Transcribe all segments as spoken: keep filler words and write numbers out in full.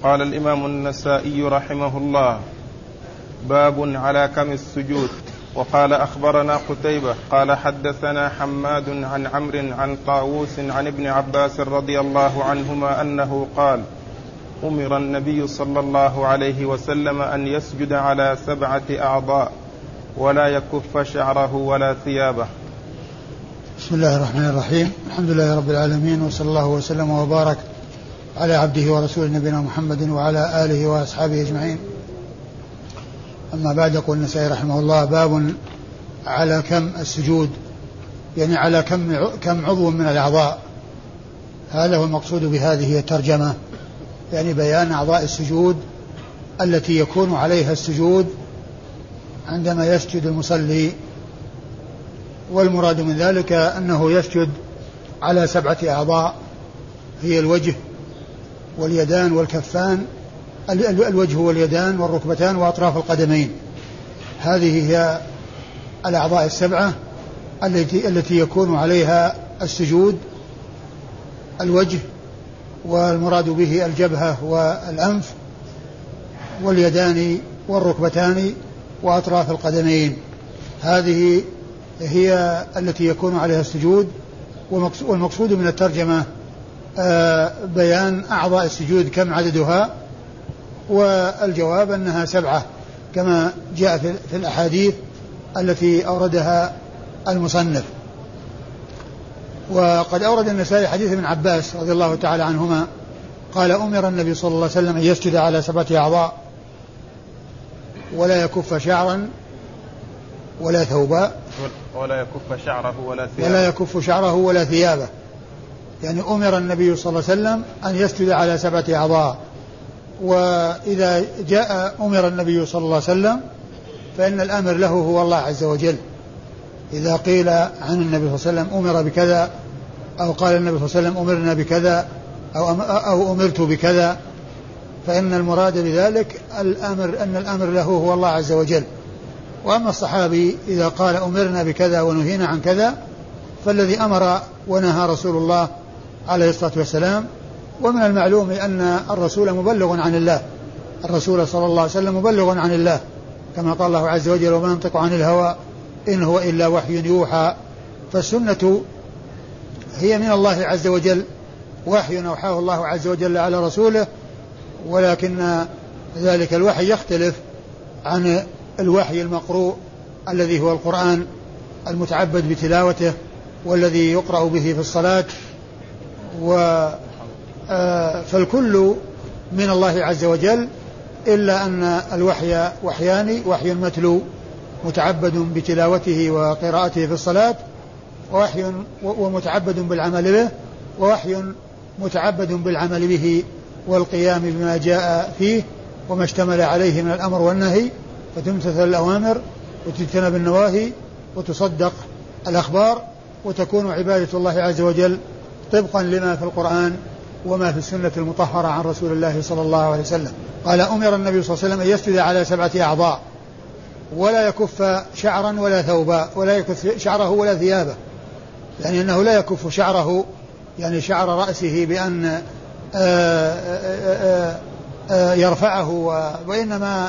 قال الإمام النسائي رحمه الله: باب على كم السجود. وقال أخبرنا قتيبة قال حدثنا حماد عن عمرو عن طاووس عن ابن عباس رضي الله عنهما أنه قال: أمر النبي صلى الله عليه وسلم أن يسجد على سبعة أعضاء ولا يكف شعره ولا ثيابه. بسم الله الرحمن الرحيم. الحمد لله رب العالمين، وصلى الله وسلم وبارك على عبده ورسوله نبينا محمد وعلى آله وأصحابه أجمعين. أما بعد، يقول النسائي رحمه الله: باب على كم السجود، يعني على كم كم عضو من الأعضاء. هذا هو المقصود بهذه الترجمة، يعني بيان أعضاء السجود التي يكون عليها السجود عندما يسجد المصلي. والمراد من ذلك أنه يسجد على سبعة أعضاء، هي الوجه واليدان والكفان، الوجه واليدان والركبتان وأطراف القدمين. هذه هي الأعضاء السبعة التي التي يكون عليها السجود: الوجه، والمراد به الجبهة والأنف، واليدان والركبتان وأطراف القدمين. هذه هي التي يكون عليها السجود. والمقصود من الترجمة بيان أعضاء السجود كم عددها، والجواب أنها سبعة كما جاء في الأحاديث التي أوردها المصنف. وقد أورد النسائي حديث ابن عباس رضي الله تعالى عنهما قال: أمر النبي صلى الله عليه وسلم أن يسجد على سبعة أعضاء ولا يكف شعرا ولا ثوبا ولا يكف شعره ولا ثيابه ولا يكف شعره ولا ثيابه يعني أمر النبي صلى الله عليه وسلم أن يسجد على سبعة أعضاء. وإذا جاء أمر النبي صلى الله عليه وسلم فإن الأمر له هو الله عز وجل. إذا قيل عن النبي صلى الله عليه وسلم أمر بكذا، أو قال النبي صلى الله عليه وسلم أمرنا بكذا، أو, أو أمرت بكذا، فإن المراد بذلك الأمر أن الأمر له هو الله عز وجل. وأما الصحابي إذا قال أمرنا بكذا ونهينا عن كذا، فالذي أمر ونهى رسول الله عليه الصلاة والسلام. ومن المعلوم أن الرسول مبلغ عن الله، الرسول صلى الله عليه وسلم مبلغ عن الله، كما قال الله عز وجل: وما ينطق عن الهوى إن هو إلا وحي يوحى. فالسنة هي من الله عز وجل، وحي أوحاه الله عز وجل على رسوله، ولكن ذلك الوحي يختلف عن الوحي المقروء الذي هو القرآن المتعبد بتلاوته والذي يقرأ به في الصلاة. و فالكل من الله عز وجل، إلا أن الوحي وحيان: وحي متلو متعبد بتلاوته وقراءته في الصلاة، ووحي ومتعبد بالعمل به، ووحي متعبد بالعمل به والقيام بما جاء فيه وما اشتمل عليه من الأمر والنهي، فتمتثل الأوامر وتجتنب النواهي وتصدق الأخبار، وتكون عبادة الله عز وجل طبقا لما في القرآن وما في السنة المطهرة عن رسول الله صلى الله عليه وسلم. قال: أمر النبي صلى الله عليه وسلم أن يسجد على سبعة أعضاء ولا يكف شعرا ولا ثوبا ولا يكف شعره ولا ثيابه، يعني أنه لا يكف شعره، يعني شعر رأسه بأن يرفعه، وإنما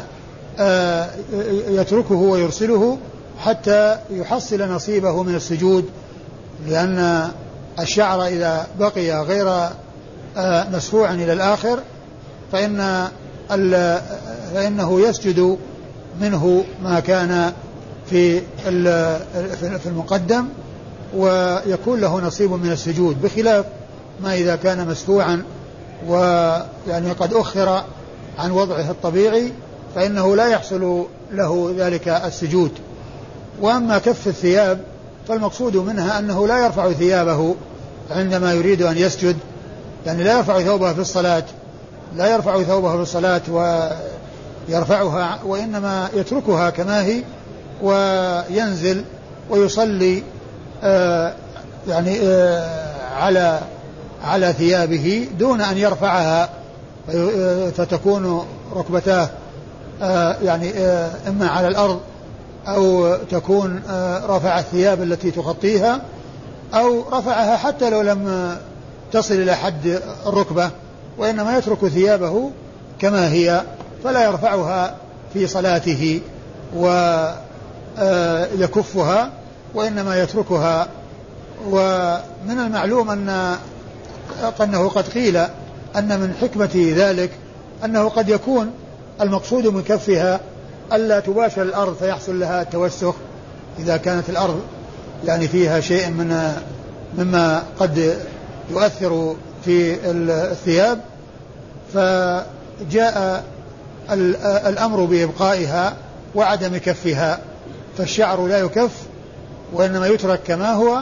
يتركه ويرسله حتى يحصل نصيبه من السجود، لأن الشعر إذا بقي غير مسفوعا إلى الآخر فإن فإنه يسجد منه ما كان في في المقدم، ويكون له نصيب من السجود، بخلاف ما إذا كان مسفوعا ويعني قد أخر عن وضعه الطبيعي، فإنه لا يحصل له ذلك السجود. وأما كف الثياب فالمقصود منها أنه لا يرفع ثيابه عندما يريد أن يسجد، يعني لا يرفع ثوبه في الصلاة لا يرفع ثوبه في الصلاة ويرفعها، وإنما يتركها كما هي وينزل ويصلي آه يعني آه على على ثيابه دون أن يرفعها، فتكون ركبتاه آه يعني آه إما على الأرض أو تكون آه رفع الثياب التي تغطيها، أو رفعها حتى لو لم تصل إلى حد الركبة، وإنما يترك ثيابه كما هي فلا يرفعها في صلاته ويكفها وإنما يتركها. ومن المعلوم أن أنه قد قيل أن من حكمة ذلك أنه قد يكون المقصود من كفها ألا تباشر الأرض فيحصل لها التوسخ إذا كانت الأرض يعني فيها شيء من مما قد يؤثر في الثياب، فجاء الأمر بإبقائها وعدم كفها، فالشعر لا يكف وإنما يترك كما هو،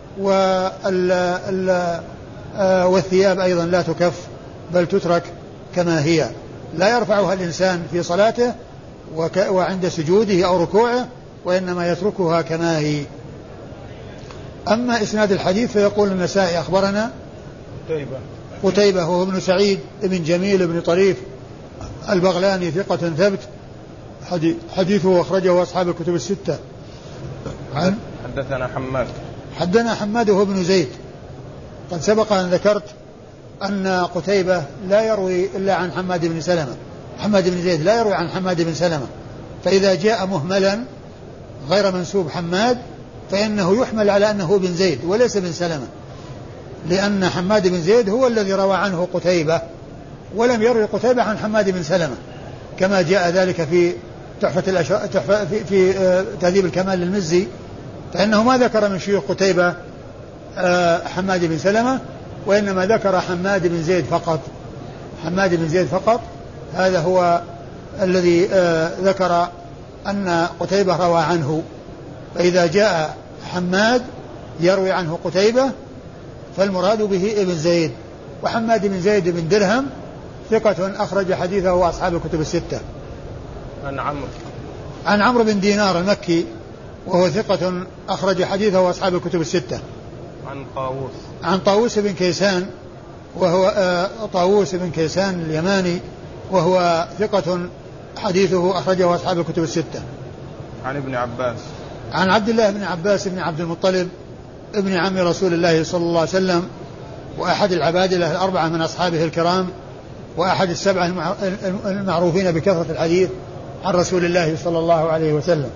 والثياب أيضا لا تكف بل تترك كما هي، لا يرفعها الإنسان في صلاته وعند سجوده أو ركوعه، وإنما يتركها كما هي. أما إسناد الحديث فيقول النسائي أخبرنا قتيبة قتيبة هو ابن سعيد ابن جميل بن طريف البغلاني ثقة ثبت، حديثه أخرجه أصحاب الكتب الستة. عن حدثنا حماد حدثنا حماد هو ابن زيد. قد سبق أن ذكرت أن قتيبة لا يروي إلا عن حماد بن سلمة، حماد بن زيد لا يروي عن حماد بن سلمة، فإذا جاء مهملا غير منسوب حماد فإنه يحمل على أنه بن زيد وليس بن سلمة، لأن حماد بن زيد هو الذي روى عنه قتيبة، ولم يروي قتيبة عن حماد بن سلمة كما جاء ذلك في تحفة الأشر... تحفة في, في تهذيب الكمال للمزي، فإنه ما ذكر من شيوخ قتيبة حماد بن سلمة، وإنما ذكر حماد بن زيد فقط. حماد بن زيد فقط هذا هو الذي ذكر أن قتيبة روى عنه. فإذا جاء حماد يروي عنه قتيبة فالمراد به ابن زيد. وحماد بن زيد بن درهم ثقة أخرج حديثه أصحاب الكتب الستة. عن عمرو عن عمرو بن دينار المكي وهو ثقة أخرج حديثه أصحاب الكتب الستة. عن طاووس عن طاووس بن كيسان وهو آه طاووس بن كيسان اليماني وهو ثقة حديثه أخرجه أصحاب الكتب الستة. عن ابن عباس عن عبد الله بن عباس بن عبد المطلب ابن عم رسول الله صلى الله عليه وسلم، وأحد العبادلة الأربعة من أصحابه الكرام، وأحد السبعة المعروفين بكثرة الحديث عن رسول الله صلى الله عليه وسلم.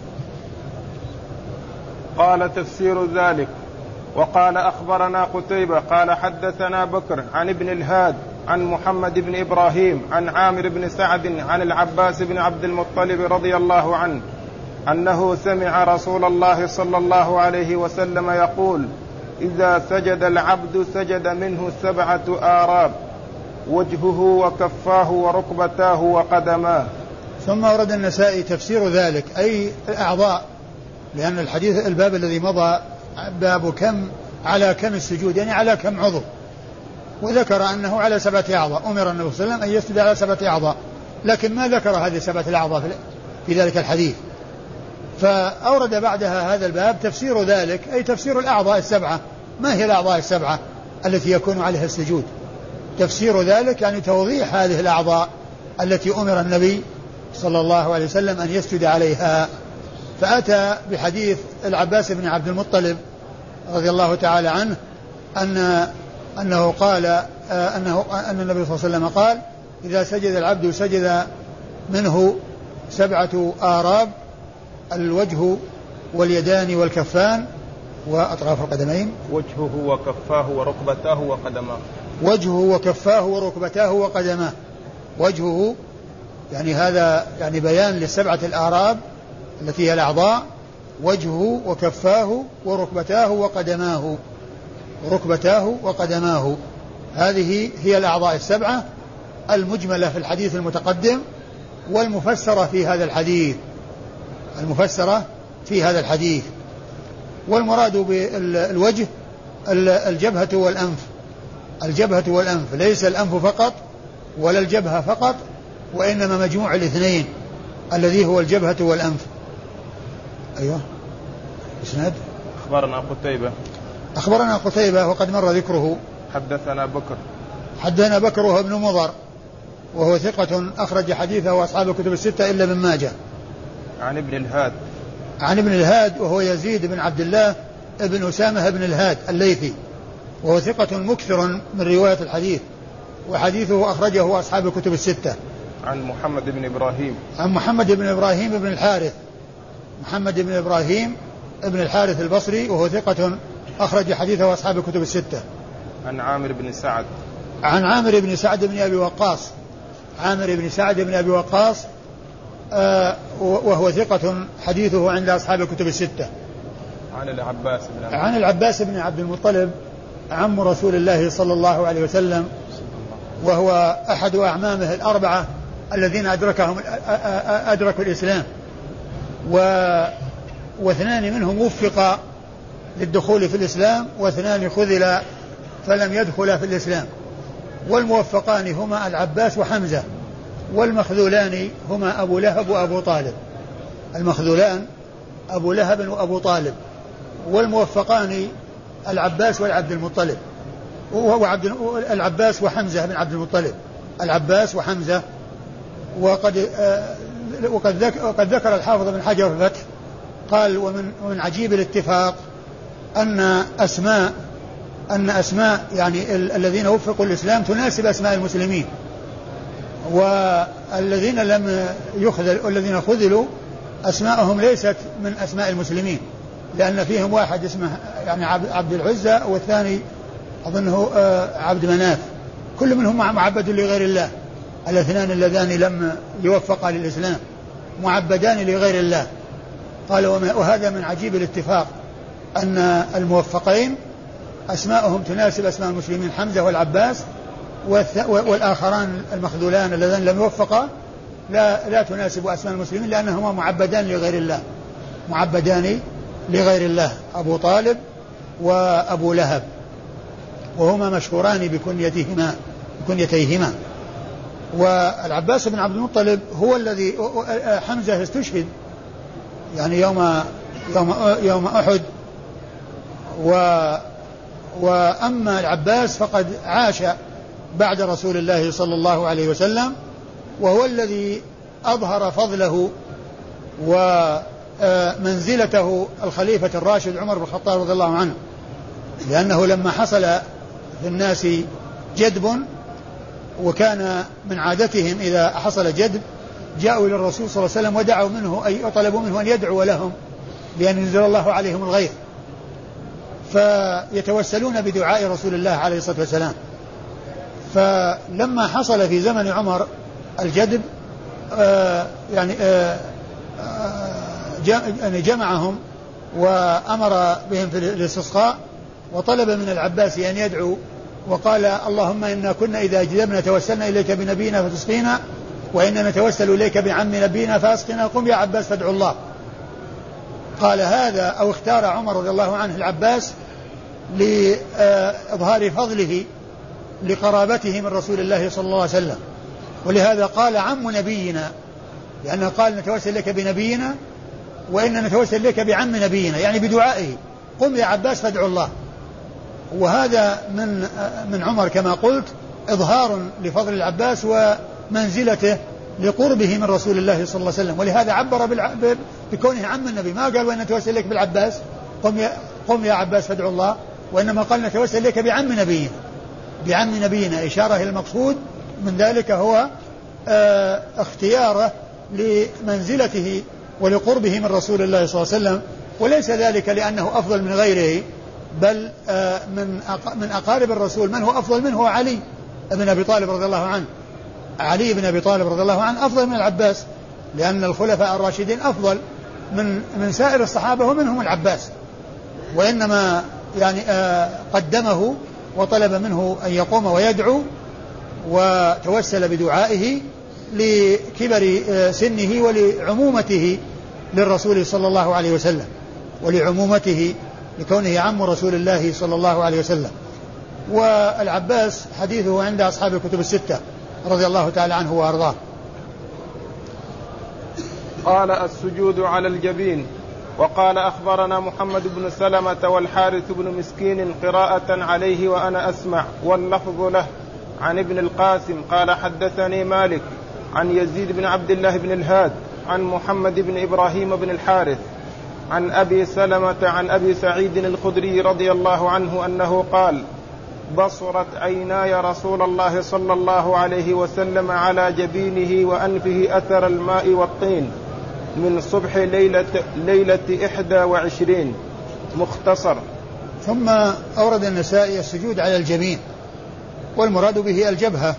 قال تفسير ذلك. وقال أخبرنا قتيبة قال حدثنا بكر عن ابن الهاد عن محمد بن إبراهيم عن عامر بن سعد عن العباس بن عبد المطلب رضي الله عنه أنه سمع رسول الله صلى الله عليه وسلم يقول: إذا سجد العبد سجد منه سبعة آراب، وجهه وكفاه وركبتاه وقدماه. ثم ورد النسائي تفسير ذلك أي الأعضاء، لأن الحديث الباب الذي مضى باب كم على كم السجود، يعني على كم عضو، وذكر أنه على سبعة أعضاء. أمر النبي صلى الله عليه وسلم أن يسجد على سبعة أعضاء، لكن ما ذكر هذه السبعة الأعضاء في ذلك الحديث، فأورد بعدها هذا الباب تفسير ذلك أي تفسير الأعضاء السبعة. ما هي الأعضاء السبعة التي يكون عليها السجود؟ تفسير ذلك يعني توضيح هذه الأعضاء التي أمر النبي صلى الله عليه وسلم أن يسجد عليها. فأتى بحديث العباس بن عبد المطلب رضي الله تعالى عنه أن أنه قال أنه أن النبي صلى الله عليه وسلم قال: إذا سجد العبد سجد منه سبعة آراب، الوجه واليدان والكفان وأطراف القدمين. وجهه وكفاه وركبتاه وقدماه. وجهه وكفاه وركبتاه وقدماه. وجهه يعني هذا يعني بيان للسبعة الآراب التي هي الأعضاء، وجهه وكفاه وركبتاه وقدماه. ركبتاه وقدماه هذه هي الأعضاء السبعة المجملة في الحديث المتقدم والمفسرة في هذا الحديث المفسرة في هذا الحديث والمراد بالوجه الجبهة والأنف. الجبهة والأنف ليس الأنف فقط ولا الجبهة فقط، وإنما مجموع الاثنين الذي هو الجبهة والأنف. أيوة. إسناد. أخبرنا قتيبة أخبرنا قتيبة وقد مر ذكره. حدثنا بكر حدثنا بكر وهو ابن مضر وهو ثقة أخرج حديثه وأصحاب الكتب الستة إلا ابن ماجه. عن ابن الهاد عن ابن الهاد وهو يزيد بن عبد الله ابن أسامة بن الهاد الليثي، وهو ثقة مكثر من رواية الحديث، وحديثه أخرجه أصحاب الكتب الستة. عن محمد بن إبراهيم عن محمد بن إبراهيم بن الحارث محمد بن إبراهيم بن الحارث البصري وهو ثقة أخرج حديثه أصحاب الكتب الستة. عن عامر بن سعد عن عامر بن سعد بن أبي وقاص عامر بن سعد بن أبي وقاص آه وهو ثقة حديثه عند أصحاب الكتب الستة. عن العباس بن عبد عن العباس بن عبد المطلب عم رسول الله صلى الله عليه وسلم وهو أحد أعمامه الأربعة الذين أدركهم أدركوا الإسلام و واثنان منهم وفقا للدخول في الإسلام واثنان خذلا فلم يدخلا في الإسلام. والموفقان هما العباس وحمزة والمخذولان هما أبو لهب وأبو طالب. المخذولان أبو لهب وأبو طالب والموفقان العباس والعبد المطلب وعبد العباس وحمزة بن عبد المطلب العباس وحمزة. وقد وقد ذكر, وقد ذكر الحافظ بن حجر في الفتح قال ومن, ومن عجيب الاتفاق أن أسماء أن أسماء يعني ال- الذين وفقوا الإسلام تناسب أسماء المسلمين والذين لم يخذل والذين خذلوا أسماءهم ليست من أسماء المسلمين لأن فيهم واحد اسمه يعني عبد العزة والثاني أظنه عبد مناف كل منهم معبد لغير الله. الاثنان اللذان لم يوفقا للإسلام معبدان لغير الله. قال وهذا من عجيب الاتفاق أن الموفقين أسماءهم تناسب أسماء المسلمين حمزة والعباس والآخران المخذولان اللذان لم يوفقا لا, لا تناسب أسماء المسلمين لأنهما معبدان لغير الله معبدان لغير الله أبو طالب وأبو لهب وهما مشهوران بكنيتهما بكنيتيهما. والعباس بن عبد المطلب هو الذي حمزة استشهد يعني يوم يوم يوم أحد و وأما العباس فقد عاش بعد رسول الله صلى الله عليه وسلم وهو الذي أظهر فضله ومنزلته الخليفة الراشد عمر بن الخطاب رضي الله عنه لأنه لما حصل في الناس جدب وكان من عادتهم إذا حصل جدب جاءوا إلى الرسول صلى الله عليه وسلم ودعوا منه أي طلبوا منه أن يدعو لهم بأن ينزل الله عليهم الغيث فيتوسلون بدعاء رسول الله عليه الصلاة والسلام. فلما حصل في زمن عمر الجدب آه يعني آه آه جمعهم وأمر بهم في الاستسقاء وطلب من العباس أن يدعو وقال اللهم إنا كنا إذا جدبنا توسلنا إليك بنبينا فتسقينا وإننا نتوسل إليك بعم نبينا فأسقنا قم يا عباس فادعو الله. قال هذا أو اختار عمر رضي الله عنه العباس لإظهار فضله لقرابته من رسول الله صلى الله عليه وسلم ولهذا قال عم نبينا لأنه قال نتوسل إليك بنبينا وإننا نتوسل إليك بعم نبينا يعني بدعائه قم يا عباس فادعو الله. وهذا من من عمر كما قلت إظهار لفضل العباس ومنزلته لقربه من رسول الله صلى الله عليه وسلم ولهذا عبر بكونه عم النبي ما قال وإن نتوسل إليك بالعباس قم يا, قم يا عباس فادعو الله وإنما قال نتوسل إليك بعم نبينا بعم نبينا إشارة إلى المقصود من ذلك هو اه اختياره لمنزلته ولقربه من رسول الله صلى الله عليه وسلم وليس ذلك لأنه أفضل من غيره بل اه من من أقارب الرسول من هو أفضل منه هو علي بن أبي طالب رضي الله عنه. علي بن أبي طالب رضي الله عنه أفضل من العباس لأن الخلفاء الراشدين أفضل من من سائر الصحابة ومنهم العباس وإنما يعني اه قدمه وطلب منه أن يقوم ويدعو وتوسل بدعائه لكبر سنه ولعمومته للرسول صلى الله عليه وسلم ولعمومته لكونه عم رسول الله صلى الله عليه وسلم. والعباس حديثه عند أصحاب الكتب الستة رضي الله تعالى عنه وأرضاه. قال السجود على الجبين. وقال أخبرنا محمد بن سلمة والحارث بن مسكين قراءة عليه وأنا أسمع واللفظ له عن ابن القاسم قال حدثني مالك عن يزيد بن عبد الله بن الهاد عن محمد بن إبراهيم بن الحارث عن أبي سلمة عن أبي سعيد الخدري رضي الله عنه أنه قال بصرت عيناي رسول الله صلى الله عليه وسلم على جبينه وأنفه أثر الماء والطين من صبح ليلة, ليلة إحدى وعشرين. مختصر. ثم أورد النسائي السجود على الجبين، والمراد به الجبهة،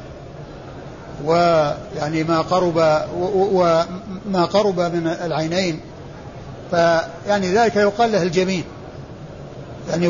ويعني ما قرب وما قرب من العينين، فيعني ذلك يقال له الجبين يعني.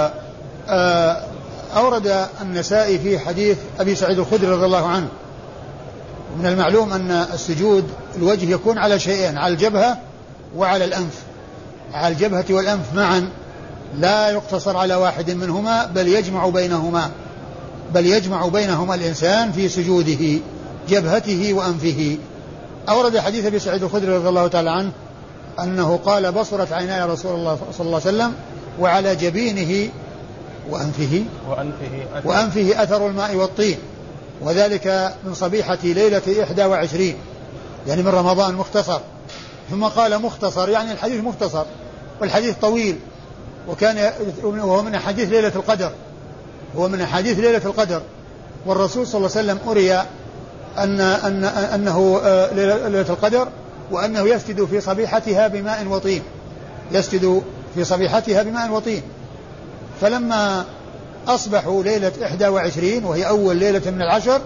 وأورد النسائي في حديث أبي سعيد الخدري رضي الله عنه، من المعلوم أن السجود الوجه يكون على شيئين، على الجبهة وعلى الأنف، على الجبهة والأنف معا، لا يقتصر على واحد منهما، بل يجمع بينهما بل يجمع بينهما الإنسان في سجوده، جبهته وأنفه. أورد حديث أبي سعيد الخدري رضي الله تعالى عنه أنه قال بصرت عيناي رسول الله صلى الله عليه وسلم وعلى جبينه وأنفه وأنفه أثر, وأنفه أثر الماء والطين، وذلك من صبيحة ليلة إحدى وعشرين يعني من رمضان. مختصر. ثم قال مختصر يعني الحديث مختصر، والحديث طويل، وكان وهو من حديث ليلة القدر هو من حديث ليلة القدر والرسول صلى الله عليه وسلم أري أن أن أنه ليلة القدر، وأنه يسجد في صبيحتها بماء وطين، يسجد في صبيحتها بماء وطين. فلما أصبحوا ليلة إحدى وعشرين وهي أول ليلة من العشر،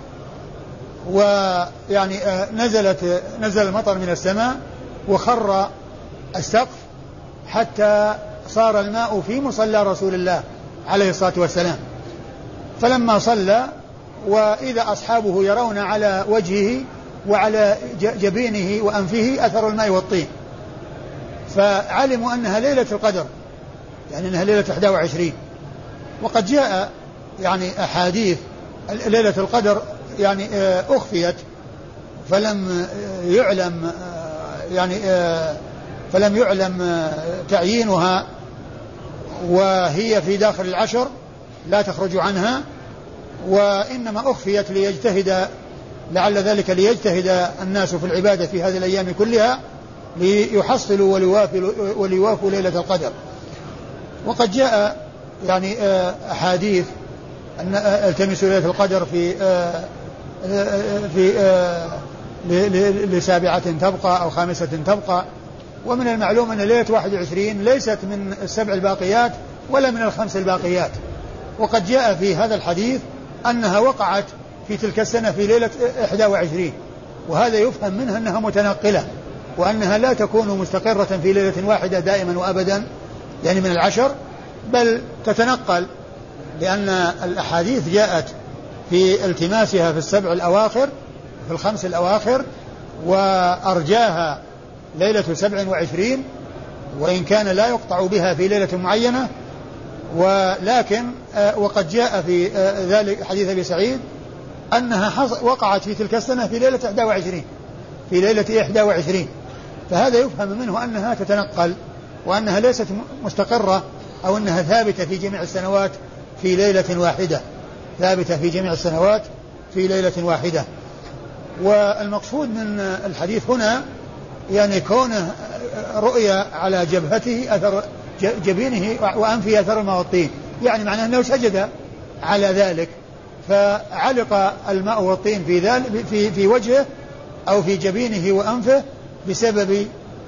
ويعني نزلت نزل المطر من السماء وخر السقف حتى صار الماء في مصلى رسول الله عليه الصلاة والسلام. فلما صلى وإذا أصحابه يرون على وجهه وعلى جبينه وأنفه أثر الماء والطين، فعلموا أنها ليلة القدر، يعني أنها ليلة إحدى وعشرين. وقد جاء يعني أحاديث ليلة القدر يعني أخفيت فلم يعلم يعني فلم يعلم تعيينها، وهي في داخل العشر لا تخرج عنها، وإنما أخفيت ليجتهد لعل ذلك ليجتهد الناس في العبادة في هذه الأيام كلها ليحصلوا وليوافوا ليلة القدر. وقد جاء يعني أحاديث أن التمسوا ليلة القدر في في لسابعة تبقى أو خامسة تبقى. ومن المعلوم أن ليلة واحد وعشرين ليست من السبع الباقيات ولا من الخمس الباقيات، وقد جاء في هذا الحديث أنها وقعت في تلك السنة في ليلة إحدى وعشرين، وهذا يفهم منها أنها متنقلة، وأنها لا تكون مستقرة في ليلة واحدة دائما وأبدا يعني من العشر، بل تتنقل، لأن الأحاديث جاءت في التماسها في السبع الأواخر في الخمس الأواخر، وأرجاها ليلة سبع وعشرين، وإن كان لا يقطع بها في ليلة معينة، ولكن وقد جاء في ذلك حديث أبي سعيد أنها وقعت في تلك السنة في ليلة إحدى وعشرين في ليلة إحدى وعشرين. فهذا يفهم منه أنها تتنقل، وأنها ليست مستقرة أو أنها ثابتة في جميع السنوات في ليلة واحدة ثابتة في جميع السنوات في ليلة واحدة. والمقصود من الحديث هنا يعني كونه رؤيا على جبهته أثر جبينه وأنفه أثر الماء والطين، يعني معناه أنه سجد على ذلك فعلق الماء والطين في ذلك في في وجهه أو في جبينه وأنفه بسبب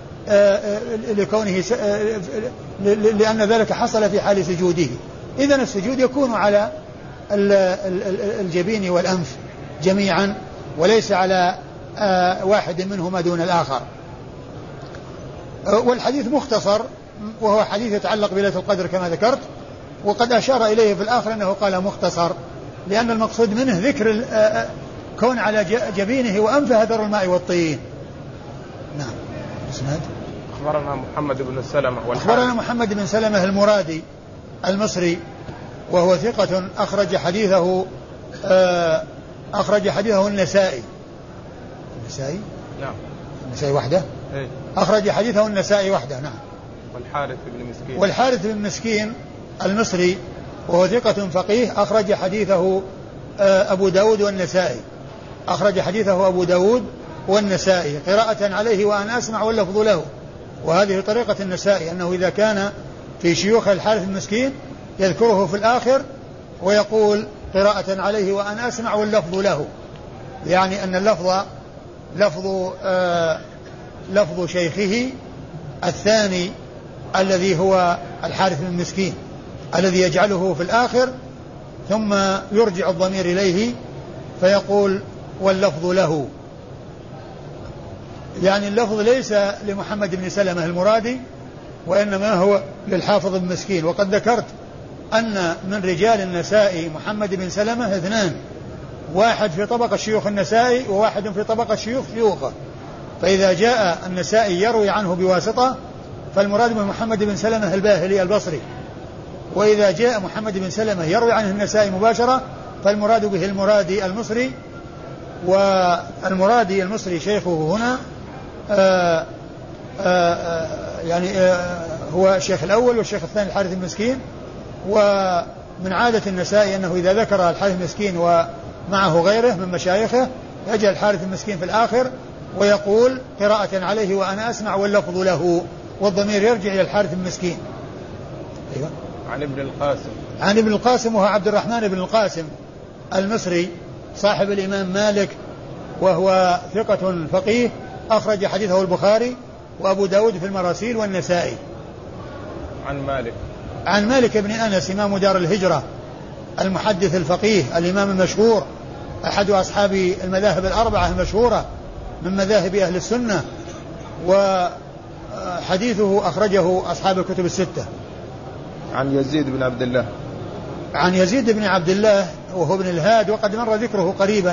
لكونه لأن ذلك حصل في حال سجوده. إذن السجود يكون على الجبين والأنف جميعا، وليس على واحد منهما دون الآخر. والحديث مختصر، وهو حديث يتعلق بليلة القدر كما ذكرت، وقد أشار إليه في الآخر أنه قال مختصر، لأن المقصود منه ذكر كون على جبينه وأنفه أثر الماء والطين. نعم. اسناد. أخبرنا محمد بن سلمة أخبرنا محمد بن سلمة المرادي المصري، وهو ثقة أخرج حديثه أخرج حديثه النسائي النسائي نعم النسائي وحده إيه؟ أخرج حديثه النسائي وحده. نعم. والحارث بن مسكين والحارث بن مسكين المصري، وهو ثقة فقيه أخرج حديثه أبو داود والنسائي أخرج حديثه أبو داود والنسائي قراءة عليه وأنا أسمع واللفظ له. وهذه طريقة النسائي، أنه إذا كان في شيوخ الحارث المسكين يذكره في الآخر ويقول قراءة عليه وأنا أسمع واللفظ له، يعني أن اللفظ لفظ آه لفظ شيخه الثاني الذي هو الحارث بن مسكين الذي يجعله في الآخر ثم يرجع الضمير إليه فيقول واللفظ له، يعني اللفظ ليس لمحمد بن سلمة المرادي وإنما هو للحافظ بن مسكين. وقد ذكرت أن من رجال النسائي محمد بن سلمة اثنان، واحد في طبقة شيوخ النسائي وواحد في طبقة شيوخ شيوخه، فإذا جاء النسائي يروي عنه بواسطة فالمراد من محمد بن سلمة الباهلي البصري، وإذا جاء محمد بن سلمة يروي عنه النسائي مباشرة فالمراد به المرادي المصري، والمرادي المصري شيخه هنا آآ آآ يعني آآ هو الشيخ الأول والشيخ الثاني الحارث المسكين. ومن عادة النسائي أنه إذا ذكر الحارث المسكين ومعه غيره من مشايخه يجعل الحارث المسكين في الآخر ويقول قراءة عليه وأنا أسمع واللفظ له، والضمير يرجع إلى الحارث المسكين. أيوة. عن ابن القاسم عن ابن القاسم وهو عبد الرحمن بن القاسم المصري صاحب الإمام مالك، وهو ثقة فقيه أخرج حديثه البخاري وأبو داود في المراسيل والنسائي. عن مالك عن مالك بن أنس إمام دار الهجرة المحدث الفقيه الإمام المشهور أحد أصحاب المذاهب الأربعة المشهورة من مذاهب أهل السنة، وحديثه أخرجه أصحاب الكتب الستة. عن يزيد بن عبد الله عن يزيد بن عبد الله وهو ابن الهاد وقد مر ذكره قريبا.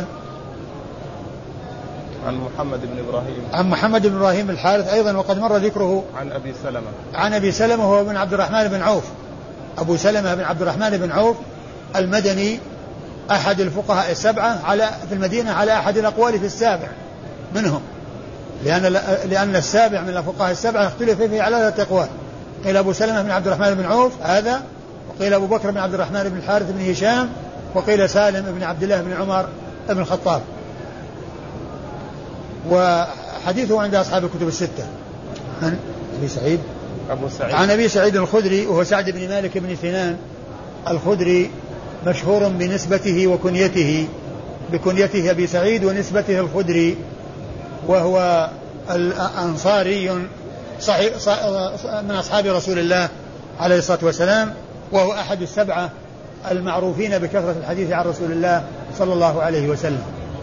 عن محمد بن إبراهيم عن محمد بن إبراهيم الحارث أيضا وقد مر ذكره. عن أبي سلمة عن أبي سلمة هو بن عبد الرحمن بن عوف، أبو سلمة بن عبد الرحمن بن عوف المدني أحد الفقهاء السبعة على في المدينة على أحد الأقوال في السابع منهم، لأن لأن السابع من الفقهاء السبعة اختلف فيه على ثلاثة أقوال، قيل أبو سلمة بن عبد الرحمن بن عوف هذا، وقيل أبو بكر بن عبد الرحمن بن الحارث بن هشام، وقيل سالم بن عبد الله بن عمر بن الخطاب. وحديثه عند أصحاب الكتب الستة. عن أبي سعيد أبو سعيد عن أبي سعيد الخدري وهو سعد بن مالك بن سنان الخدري مشهور بنسبته وكنيته بكنيته أبي سعيد ونسبته الخدري، وهو الأنصاري صحيح من أصحاب رسول الله عليه الصلاة والسلام، وهو أحد السبعة المعروفين بكثرة الحديث عن رسول الله صلى الله عليه وسلم.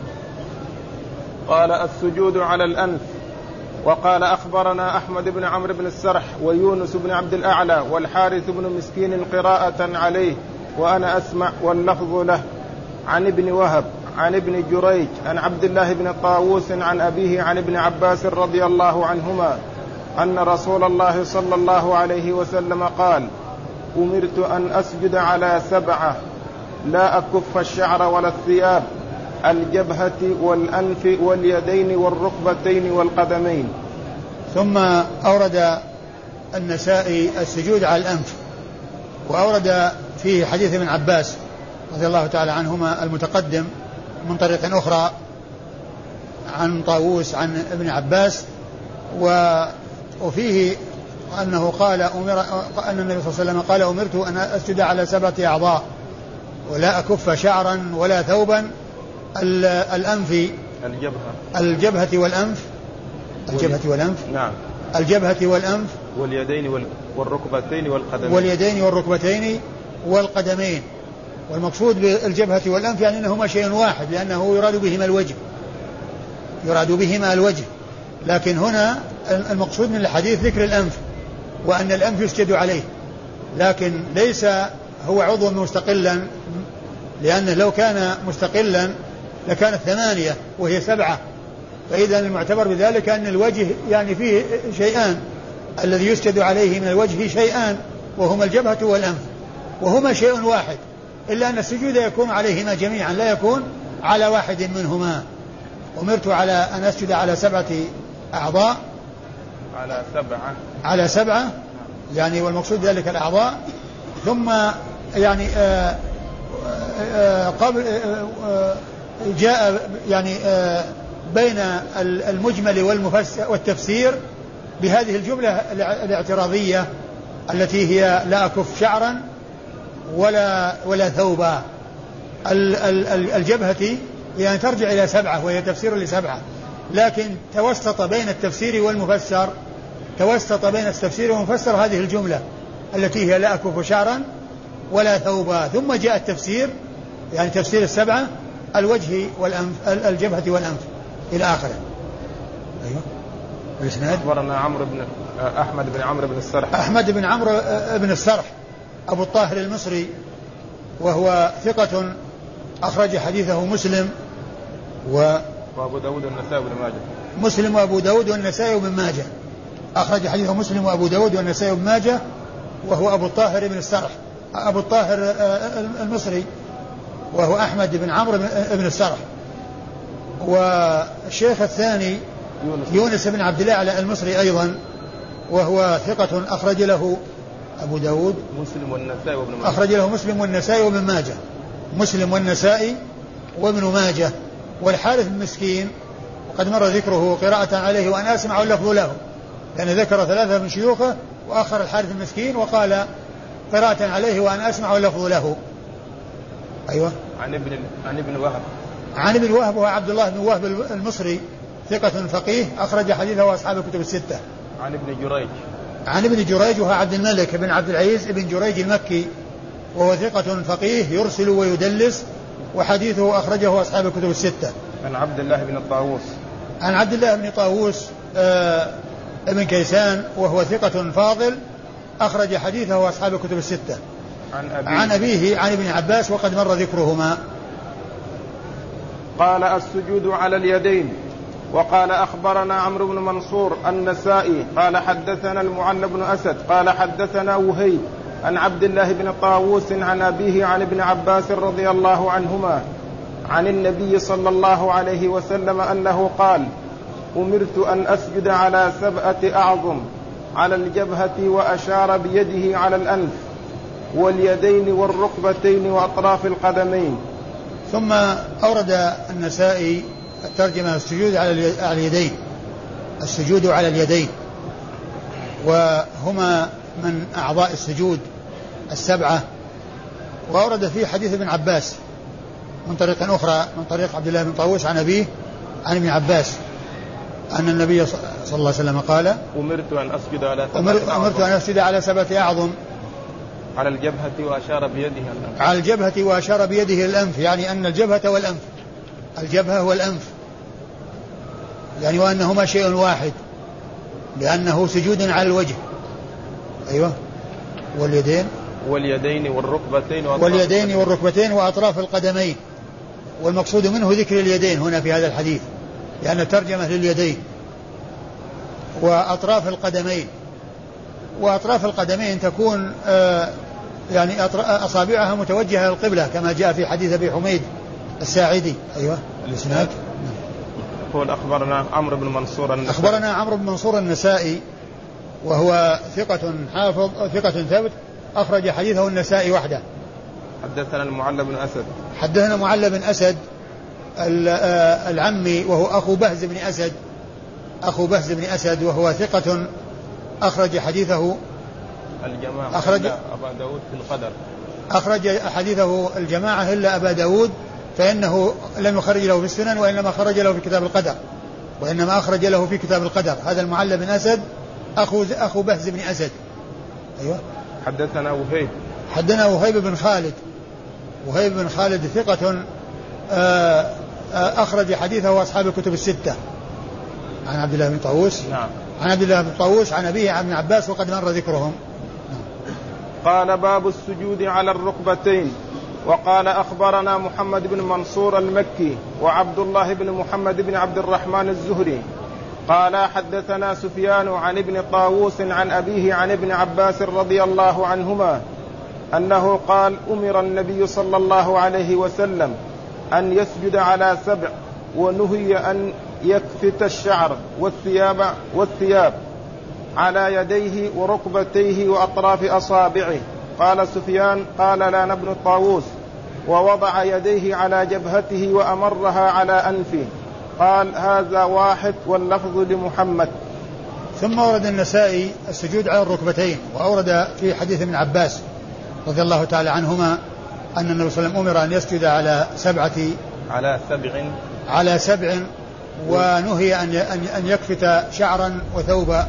قال السجود على الأنف. وقال أخبرنا أحمد بن عمرو بن السرح ويونس بن عبد الأعلى والحارث بن مسكين قراءة عليه وأنا أسمع واللفظ له. عن ابن وهب عن ابن جريج عن عبد الله بن طاووس عن أبيه عن ابن عباس رضي الله عنهما أن رسول الله صلى الله عليه وسلم قال: أمرت أن أسجد على سبعة لا أكف الشعر ولا الثياب: الجبهة والأنف واليدين والركبتين والقدمين. ثم أورد النسائي السجود على الأنف، وأورد فيه حديث ابن عباس رضي الله تعالى عنهما المتقدم من طريق أخرى عن طاووس عن ابن عباس، وفيه أنه قال أمر أن النبي صلى الله عليه وسلم قال: أمرت أن أسجد على سبعة أعضاء ولا أكف شعرا ولا ثوبا: الأنف الجبهة الجبهة والأنف الجبهة والأنف نعم الجبهة والأنف واليدين والركبتين والقدمين واليدين والركبتين والقدمين. والمقصود بالجبهة والأنف يعني أنهما شيء واحد، لأنه يراد بهما الوجه يراد بهما الوجه لكن هنا المقصود من الحديث ذكر الأنف، وأن الأنف يسجد عليه، لكن ليس هو عضو مستقلا، لأنه لو كان مستقلا لكانت ثمانية وهي سبعة، فإذا المعتبر بذلك أن الوجه يعني فيه شيئان، الذي يسجد عليه من الوجه شيئان وهما الجبهة والأنف، وهما شيء واحد، إلا أن السجود يكون عليهما جميعا لا يكون على واحد منهما. أمرت على أن أسجد على سبعة أعضاء على سبعة على سبعة يعني والمقصود ذلك الأعضاء. ثم يعني آآ آآ قبل آآ جاء يعني بين المجمل والمفسر والتفسير بهذه الجملة الاعتراضية التي هي: لا أكف شعرا ولا ولا ثوبا. الجبهة يعني ترجع إلى سبعة وهي تفسير لسبعة، لكن توسط بين التفسير والمفسر توسط بين التفسير والمفسر هذه الجملة التي هي لا أكف شعرا ولا ثوبا، ثم جاء التفسير يعني تفسير السبعة الوجه والأنف الجبهة والأنف إلى آخره. أيوه الإسناد. أخبرنا عمرو بن أحمد بن عمرو بن السرح أحمد بن عمرو بن السرح أبو الطاهر المصري، وهو ثقة أخرج حديثه مسلم و وأبو داود والنسائي وابن ماجه. مسلم وأبو داود والنسائي وابن ماجه، أخرج حديثه مسلم وأبو داود والنسائي وابن ماجه، وهو أبو الطاهر بن السرح أبو الطاهر المصري، وهو أحمد بن عمرو بن السرح. والشيخ الثاني يونس, يونس بن عبد الله المصري أيضا، وهو ثقة أخرج له أبو داود مسلم والنسائي وابن ماجه. أخرج له مسلم والنسائي وابن ماجه، مسلم والنسائي وابن ماجه. والحارث المسكين وقد مر ذكره قراءة عليه وأنا أسمع اللفظ له، لأن يعني ذكر ثلاثة من شيوخه وآخر الحارث المسكين وقال قراءة عليه وأنا أسمع اللفظ له. أيوة. عن ابن عن ابن وهب عن ابن وهب وهو عبد الله بن وهب المصري، ثقة فقيه أخرج حديثه أصحاب الكتب الستة. عن ابن جريج عن ابن جريج وهو عبد الملك بن عبد العزيز بن جريج المكي، وهو ثقة فقيه يرسل ويدلس، وحديثه أخرجه أصحاب الكتب الستة. عن عبد الله بن الطاووس عن عبد الله بن طاووس آه ابن كيسان، وهو ثقة فاضل أخرج حديثه أصحاب الكتب الستة. عن أبيه عن أبيه عن ابن عباس وقد مر ذكرهما. قال السجود على اليدين. وقال أخبرنا عمرو بن منصور النسائي قال حدثنا المعلى بن أسد قال حدثنا وهيب عن عبد الله بن طاووس عن أبيه عن ابن عباس رضي الله عنهما عن النبي صلى الله عليه وسلم أنه قال أمرت أن أسجد على سبعة أعظم، على الجبهة وأشار بيده على الأنف واليدين والركبتين وأطراف القدمين. ثم أورد النسائي الترجمة السجود على اليدين، السجود على اليدين، وهما من أعضاء السجود السبعة. وأورد فيه حديث ابن عباس من طريق أخرى من طريق عبد الله بن طاووس عن أبيه عن ابن عباس أن النبي صلى الله عليه وسلم قال أمرت أن أسجد على سبعة أمرت أن أسجد على سبعة أعظم، على الجبهة وأشار بيده الأنف. على الجبهة وأشار بيده الأنف، يعني أن الجبهة والأنف، الجبهة والأنف يعني وأنهما شيء واحد، لأنه سجود على الوجه. أيوة. واليدين واليدين والركبتين واليدين والركبتين وأطراف القدمين. والمقصود منه ذكر اليدين هنا في هذا الحديث، لأن الترجمة لليدين وأطراف القدمين. وأطراف القدمين تكون آه يعني أصابعها متوجهة للقبلة كما جاء في حديث أبي حميد الساعدي. أيوة الإسناد. يقول أخبرنا عمرو بن منصور النسائي. أخبرنا عمرو بن منصور النسائي وهو ثقة حافظ ثقة ثابت أخرج حديثه النسائي وحده. حدثنا المعلى بن أسد حدثنا المعلى بن أسد العمي وهو أخو بهز بن أسد أخو بهز بن أسد وهو ثقة أخرج حديثه الجماعة أخرج أبا داود في القدر أخرج حديثه الجماعة إلا أبا داود، فإنه لم يخرج له في السنن وإنما خرج له في كتاب القدر وإنما أخرج له في كتاب القدر. هذا المعلى بن أسد أخو أخو بهز بن أسد. أيوة. حدثنا وهيب حدثنا وهيب بن خالد وهيب بن خالد ثقة أخرج حديثه أصحاب الكتب الستة. عن عبد الله بن طاووس. نعم. عن عبد الله بن طاووس عن أبيه عن ابن عباس وقد مر ذكرهم. قال باب السجود على الركبتين. وقال أخبرنا محمد بن منصور المكي وعبد الله بن محمد بن عبد الرحمن الزهري قال حدثنا سفيان عن ابن طاووس عن أبيه عن ابن عباس رضي الله عنهما أنه قال أمر النبي صلى الله عليه وسلم أن يسجد على سبع، ونهي أن يكفت الشعر والثياب والثياب على يديه وركبتيه وأطراف أصابعه. قال سفيان قال لنا ابن طاووس ووضع يديه على جبهته وأمرها على أنفه. قال هذا واحد واللفظ لمحمد. ثم ورد النسائي السجود على الركبتين، وأورد في حديث ابن عباس رضي الله تعالى عنهما أن النبي صلى الله عليه وسلم أمر أن يسجد على سبعة على سبع على سبع ونهي أن أن يكفت شعرا وثوبا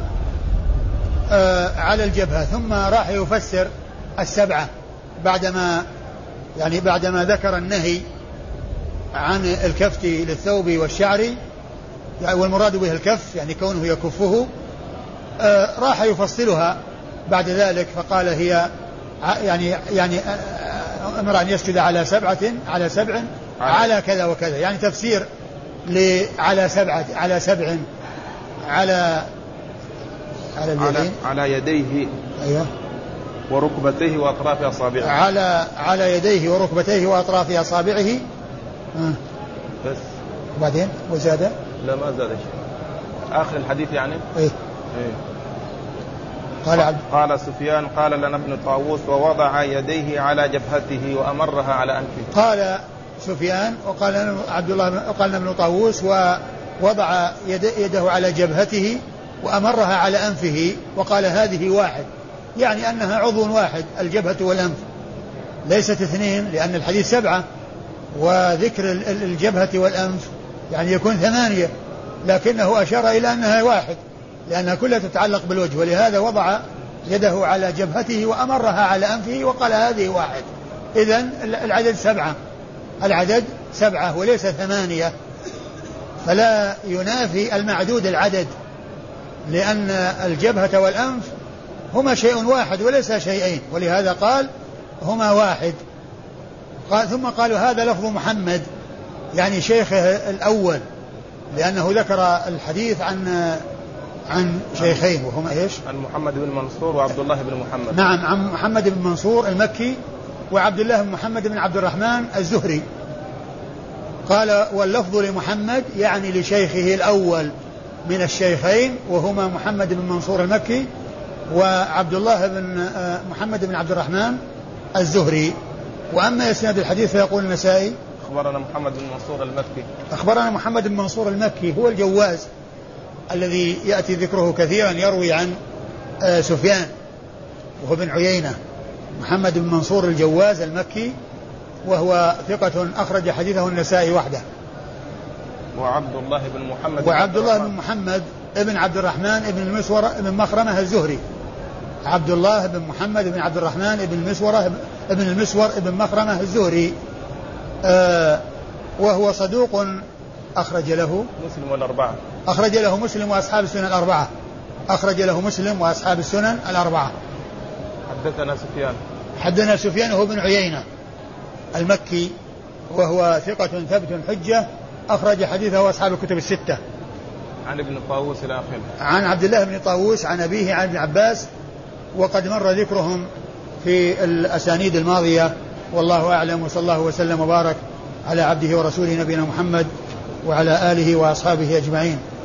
على الجبهة. ثم راح يفسر السبعة بعدما يعني بعدما ذكر النهي عن الكفت للثوب والشعر يعني والمراد به الكف يعني كونه يكفه. راح يفصلها بعد ذلك فقال هي يعني يعني أمر أن يسجد على سبعة على سبع على كذا وكذا يعني تفسير على سبعة على سبع على على على, على يديه أيوة وركبتيه وأطراف أصابعه على على يديه وركبتيه وأطراف أصابعه آه. بس وبعدين وزاد لا ما زاد شيء آخر الحديث يعني إيه؟ إيه؟ قال عبد قال سفيان قال لنا ابن طاووس ووضع يديه على جبهته وأمرها على أنفه. قال سفيان وقال عبد الله قال ابن طاووس ووضع يده على جبهته وأمرها على أنفه وقال هذه واحد يعني أنها عضو واحد الجبهة والأنف ليست اثنين لأن الحديث سبعة وذكر الجبهة والأنف يعني يكون ثمانية لكنه أشار إلى أنها واحد لأنها كلها تتعلق بالوجه ولهذا وضع يده على جبهته وأمرها على أنفه وقال هذه واحد. إذن العدد سبعة العدد سبعة وليس ثمانية فلا ينافي المعدود العدد لأن الجبهة والأنف هما شيء واحد وليس شيئين ولهذا قال هما واحد. قال ثم قالوا هذا لفظ محمد يعني شيخه الأول لأنه ذكر الحديث عن عن شيخين وهما إيش؟ عن محمد بن منصور وعبد الله بن محمد. نعم عن محمد بن منصور المكي وعبد الله بن محمد بن عبد الرحمن الزهري. قال واللفظ لمحمد يعني لشيخه الأول من الشيخين وهما محمد بن منصور المكي وعبد الله بن محمد بن عبد الرحمن الزهري. وأما إسناد الحديث فيقول النسائي أخبرنا محمد بن منصور المكي أخبرنا محمد بن منصور المكي هو الجواز الذي يأتي ذكره كثيرا يروي عن سفيان وهو بن عيينة محمد بن منصور الجواز المكي وهو ثقة أخرج حديثه النسائي وحده. وعبد الله بن محمد وعبد الله بن محمد ابن عبد الرحمن ابن المسور ابن مخرمة الزهري عبد الله بن محمد بن عبد الرحمن ابن المسور ابن المسور ابن مخرمة الزهري آه وهو صدوق أخرج له مسلم والأربعة أخرج له مسلم وأصحاب السنن الأربعة أخرج له مسلم وأصحاب السنن الأربعة. حدثنا سفيان حدثنا سفيان هو بن عيينة المكي وهو ثقة ثبت حجة أخرج حديثه أصحاب الكتب الستة. عن ابن طاووس إلى آخره. عن عبد الله بن طاووس عن أبيه عن ابن عباس وقد مر ذكرهم في الأسانيد الماضية والله أعلم وصلى الله وسلم وبارك على عبده ورسوله نبينا محمد وعلى آله وأصحابه أجمعين.